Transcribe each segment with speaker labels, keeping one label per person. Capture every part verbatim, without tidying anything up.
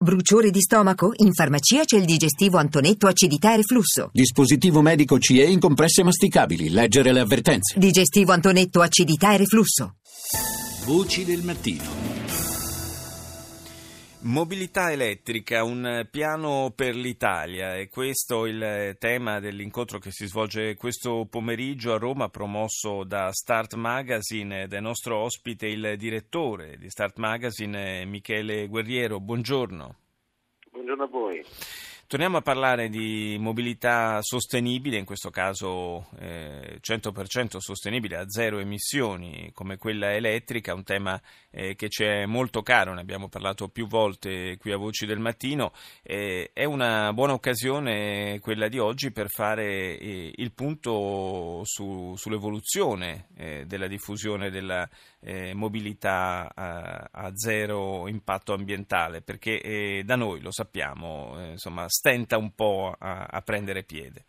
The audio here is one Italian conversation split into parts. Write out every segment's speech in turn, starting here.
Speaker 1: Bruciore di stomaco? In farmacia c'è il digestivo Antonetto acidità e reflusso.
Speaker 2: Dispositivo medico C E in compresse masticabili. Leggere le avvertenze.
Speaker 1: Digestivo Antonetto acidità e reflusso.
Speaker 2: Voci del mattino.
Speaker 3: Mobilità elettrica, un piano per l'Italia, è questo il tema dell'incontro che si svolge questo pomeriggio a Roma, promosso da Start Magazine, ed è nostro ospite il direttore di Start Magazine, Michele Guerriero. Buongiorno.
Speaker 4: Buongiorno a voi.
Speaker 3: Torniamo a parlare di mobilità sostenibile, in questo caso eh, cento per cento sostenibile, a zero emissioni, come quella elettrica, un tema eh, che ci è molto caro, ne abbiamo parlato più volte qui a Voci del Mattino. Eh, è una buona occasione quella di oggi per fare eh, il punto su, sull'evoluzione eh, della diffusione della eh, mobilità a, a zero impatto ambientale, perché eh, da noi, lo sappiamo, eh, insomma, stenta un po' a, a prendere piede.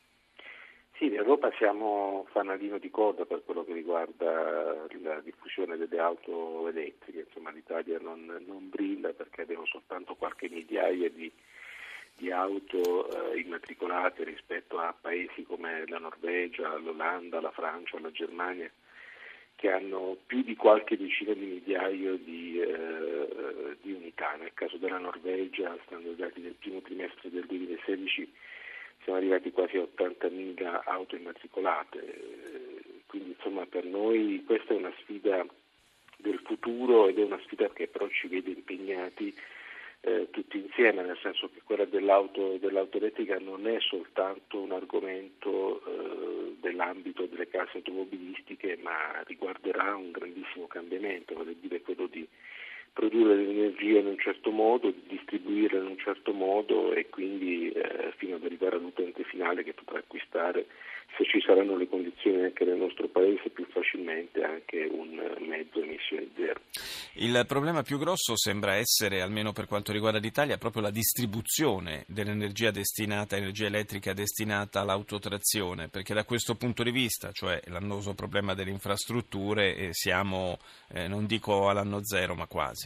Speaker 4: Sì, in Europa siamo fanalino di coda per quello che riguarda la diffusione delle auto elettriche. Insomma, l'Italia non, non brilla perché abbiamo soltanto qualche migliaia di, di auto eh, immatricolate rispetto a paesi come la Norvegia, l'Olanda, la Francia, la Germania, che hanno più di qualche decina di migliaia di, eh, di unità. Nel caso della Norvegia, stando ai dati del primo trimestre del duemilasedici, siamo arrivati quasi a ottantamila auto immatricolate. Quindi insomma per noi questa è una sfida del futuro ed è una sfida che però ci vede impegnati eh, tutti insieme, nel senso che quella dell'auto, dell'auto elettrica non è soltanto un argomento eh, dell'ambito delle case automobilistiche, ma riguarderà un grandissimo cambiamento, vale a dire quello di produrre l'energia in un certo modo, di distribuirla in un certo modo e quindi eh, fino ad arrivare all'utente finale che potrà acquistare, se ci saranno le condizioni anche nel nostro paese, più facilmente anche un mezzo emissioni zero.
Speaker 3: Il problema più grosso sembra essere, almeno per quanto riguarda l'Italia, proprio la distribuzione dell'energia destinata, energia elettrica destinata all'autotrazione, perché da questo punto di vista, cioè l'annoso problema delle infrastrutture, eh, siamo, eh, non dico all'anno zero, ma quasi.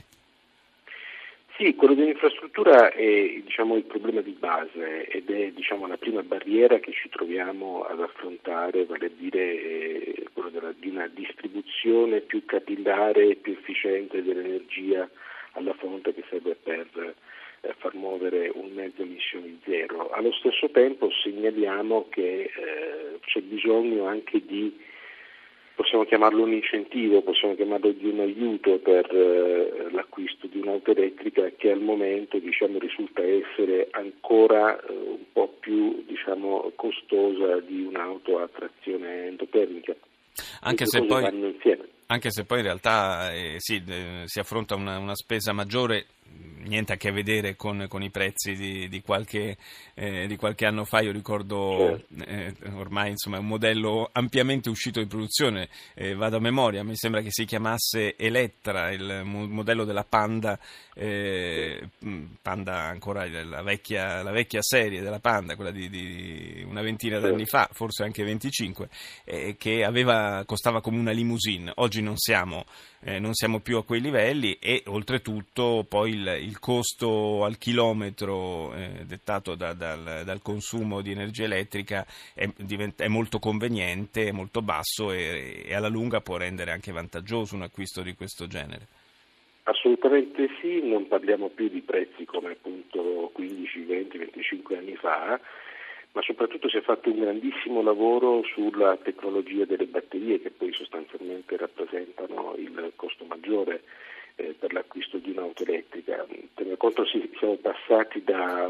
Speaker 4: Sì, quello dell'infrastruttura è diciamo, il problema di base ed è diciamo, la prima barriera che ci troviamo ad affrontare, vale a dire eh, quello della, di una distribuzione più capillare e più efficiente dell'energia alla fonte che serve per eh, far muovere un mezzo emissioni zero. Allo stesso tempo segnaliamo che eh, c'è bisogno anche di, possiamo chiamarlo un incentivo, possiamo chiamarlo di un aiuto per eh, l'acquisto di un'auto elettrica che al momento diciamo, risulta essere ancora eh, un po' più diciamo, costosa di un'auto a trazione endotermica.
Speaker 3: Anche se, poi, anche se poi in realtà eh, sì, eh, si affronta una, una spesa maggiore, niente a che vedere con, con i prezzi di, di, qualche, eh, di qualche anno fa. Io ricordo eh, ormai insomma un modello ampiamente uscito di produzione, eh, vado a memoria, mi sembra che si chiamasse Elettra, il modello della Panda, eh, Panda ancora la vecchia, la vecchia serie della Panda, quella di, di una ventina d'anni fa, forse anche venticinque, eh, che aveva, costava come una limousine. Oggi non siamo, eh, non siamo più a quei livelli e oltretutto poi il, il costo al chilometro eh, dettato da, dal, dal consumo di energia elettrica è, diventa, è molto conveniente, è molto basso e, e alla lunga può rendere anche vantaggioso un acquisto di questo genere.
Speaker 4: Assolutamente sì, non parliamo più di prezzi come appunto quindici, venti, venticinque anni fa, ma soprattutto si è fatto un grandissimo lavoro sulla tecnologia delle batterie che poi sostanzialmente rappresentano il costo maggiore eh, per l'acquisto di un'auto elettrica. Tenendo conto sì, siamo passati da,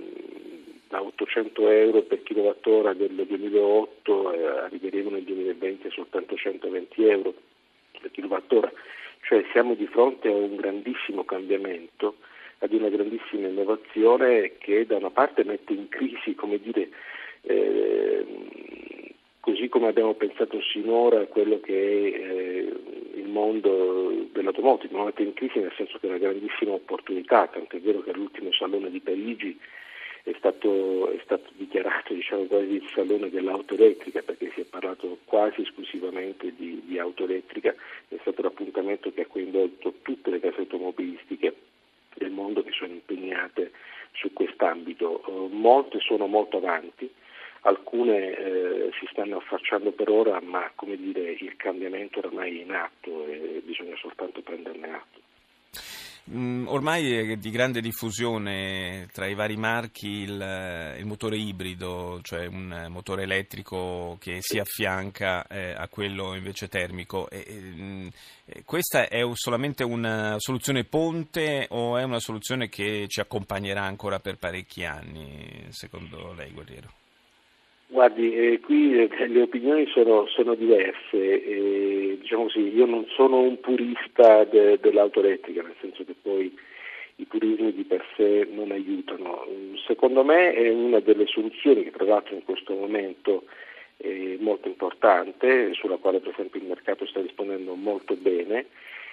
Speaker 4: da ottocento euro per kilowattora del duemilaotto, eh, arriveremo nel duemilaventi a soltanto centoventi euro per kilowattora. Cioè siamo di fronte a un grandissimo cambiamento, ad una grandissima innovazione che da una parte mette in crisi, come dire, eh, così come abbiamo pensato sinora a quello che è eh, il mondo dell'automotive, ma mette in crisi nel senso che è una grandissima opportunità, tant'è vero che all'ultimo Salone di Parigi è stato, è stato dichiarato diciamo quasi il salone dell'auto elettrica, perché si è parlato quasi esclusivamente di, di auto elettrica, è stato l'appuntamento che ha coinvolto tutte le case automobilistiche del mondo che sono impegnate su quest'ambito. Uh, molte sono molto avanti, alcune eh, si stanno affacciando per ora, ma come dire, il cambiamento oramai è in atto e bisogna soltanto prenderne atto.
Speaker 3: Mm, ormai è di grande diffusione tra i vari marchi il, il motore ibrido, cioè un motore elettrico che si affianca eh, a quello invece termico. E, e, questa è solamente una soluzione ponte o è una soluzione che ci accompagnerà ancora per parecchi anni, secondo lei, Guerriero?
Speaker 4: Guardi, eh, qui eh, le opinioni sono, sono diverse, eh, diciamo così, io non sono un purista de, dell'auto elettrica, nel senso che poi i purismi di per sé non aiutano. Secondo me è una delle soluzioni che tra l'altro in questo momento è molto importante, sulla quale per esempio il mercato sta rispondendo molto bene.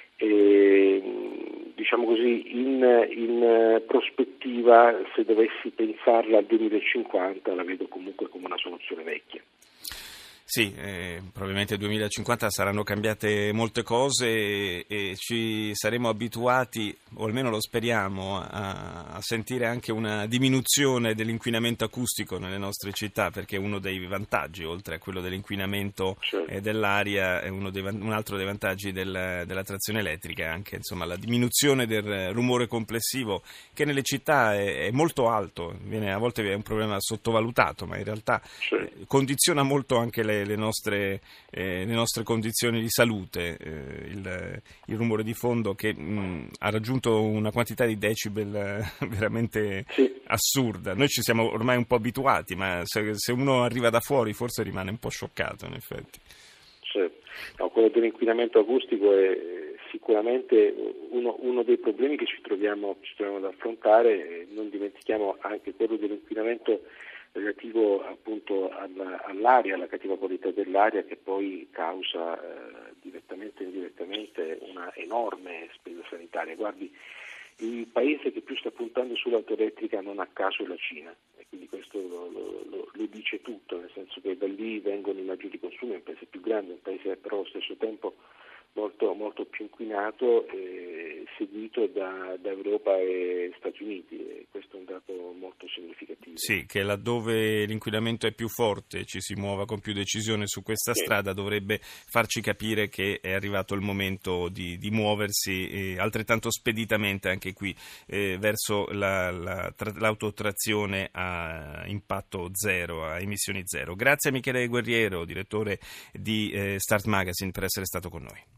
Speaker 4: E, diciamo così, in, in prospettiva, se dovessi pensarla al duemilacinquanta, la vedo comunque come una soluzione vecchia.
Speaker 3: Sì, eh, probabilmente nel duemilacinquanta saranno cambiate molte cose e, e ci saremo abituati, o almeno lo speriamo, a, a sentire anche una diminuzione dell'inquinamento acustico nelle nostre città, perché uno dei vantaggi, oltre a quello dell'inquinamento
Speaker 4: certo.
Speaker 3: eh, dell'aria, è uno dei, un altro dei vantaggi del, della trazione elettrica, è anche insomma, la diminuzione del rumore complessivo, che nelle città è, è molto alto, viene, a volte è un problema sottovalutato, ma in realtà
Speaker 4: certo.
Speaker 3: eh, condiziona molto anche le Le nostre, eh, le nostre condizioni di salute, eh, il, il rumore di fondo che mh, ha raggiunto una quantità di decibel eh, veramente
Speaker 4: sì.
Speaker 3: assurda. Noi ci siamo ormai un po' abituati, ma se, se uno arriva da fuori forse rimane un po' scioccato, in effetti.
Speaker 4: Certo. No, quello dell'inquinamento acustico è sicuramente uno, uno dei problemi che ci troviamo, ci troviamo ad affrontare. Non dimentichiamo anche quello dell'inquinamento relativo appunto alla, all'aria, alla cattiva qualità dell'aria, che poi causa eh, direttamente e indirettamente una enorme spesa sanitaria. Guardi, il paese che più sta puntando sull'auto elettrica non a caso è la Cina, e quindi questo lo, lo, lo, lo dice tutto, nel senso che da lì vengono i maggiori consumi, è un paese più grande, un paese però allo stesso tempo molto, molto più inquinato, eh, seguito da, da Europa e Stati Uniti, e questo è un dato molto significativo.
Speaker 3: Sì, che laddove l'inquinamento è più forte ci si muova con più decisione su questa
Speaker 4: sì.
Speaker 3: strada dovrebbe farci capire che è arrivato il momento di, di muoversi eh, altrettanto speditamente anche qui eh, verso la, la, tra, l'autotrazione a impatto zero, a emissioni zero. Grazie a Michele Guerriero, direttore di eh, Start Magazine, per essere stato con noi.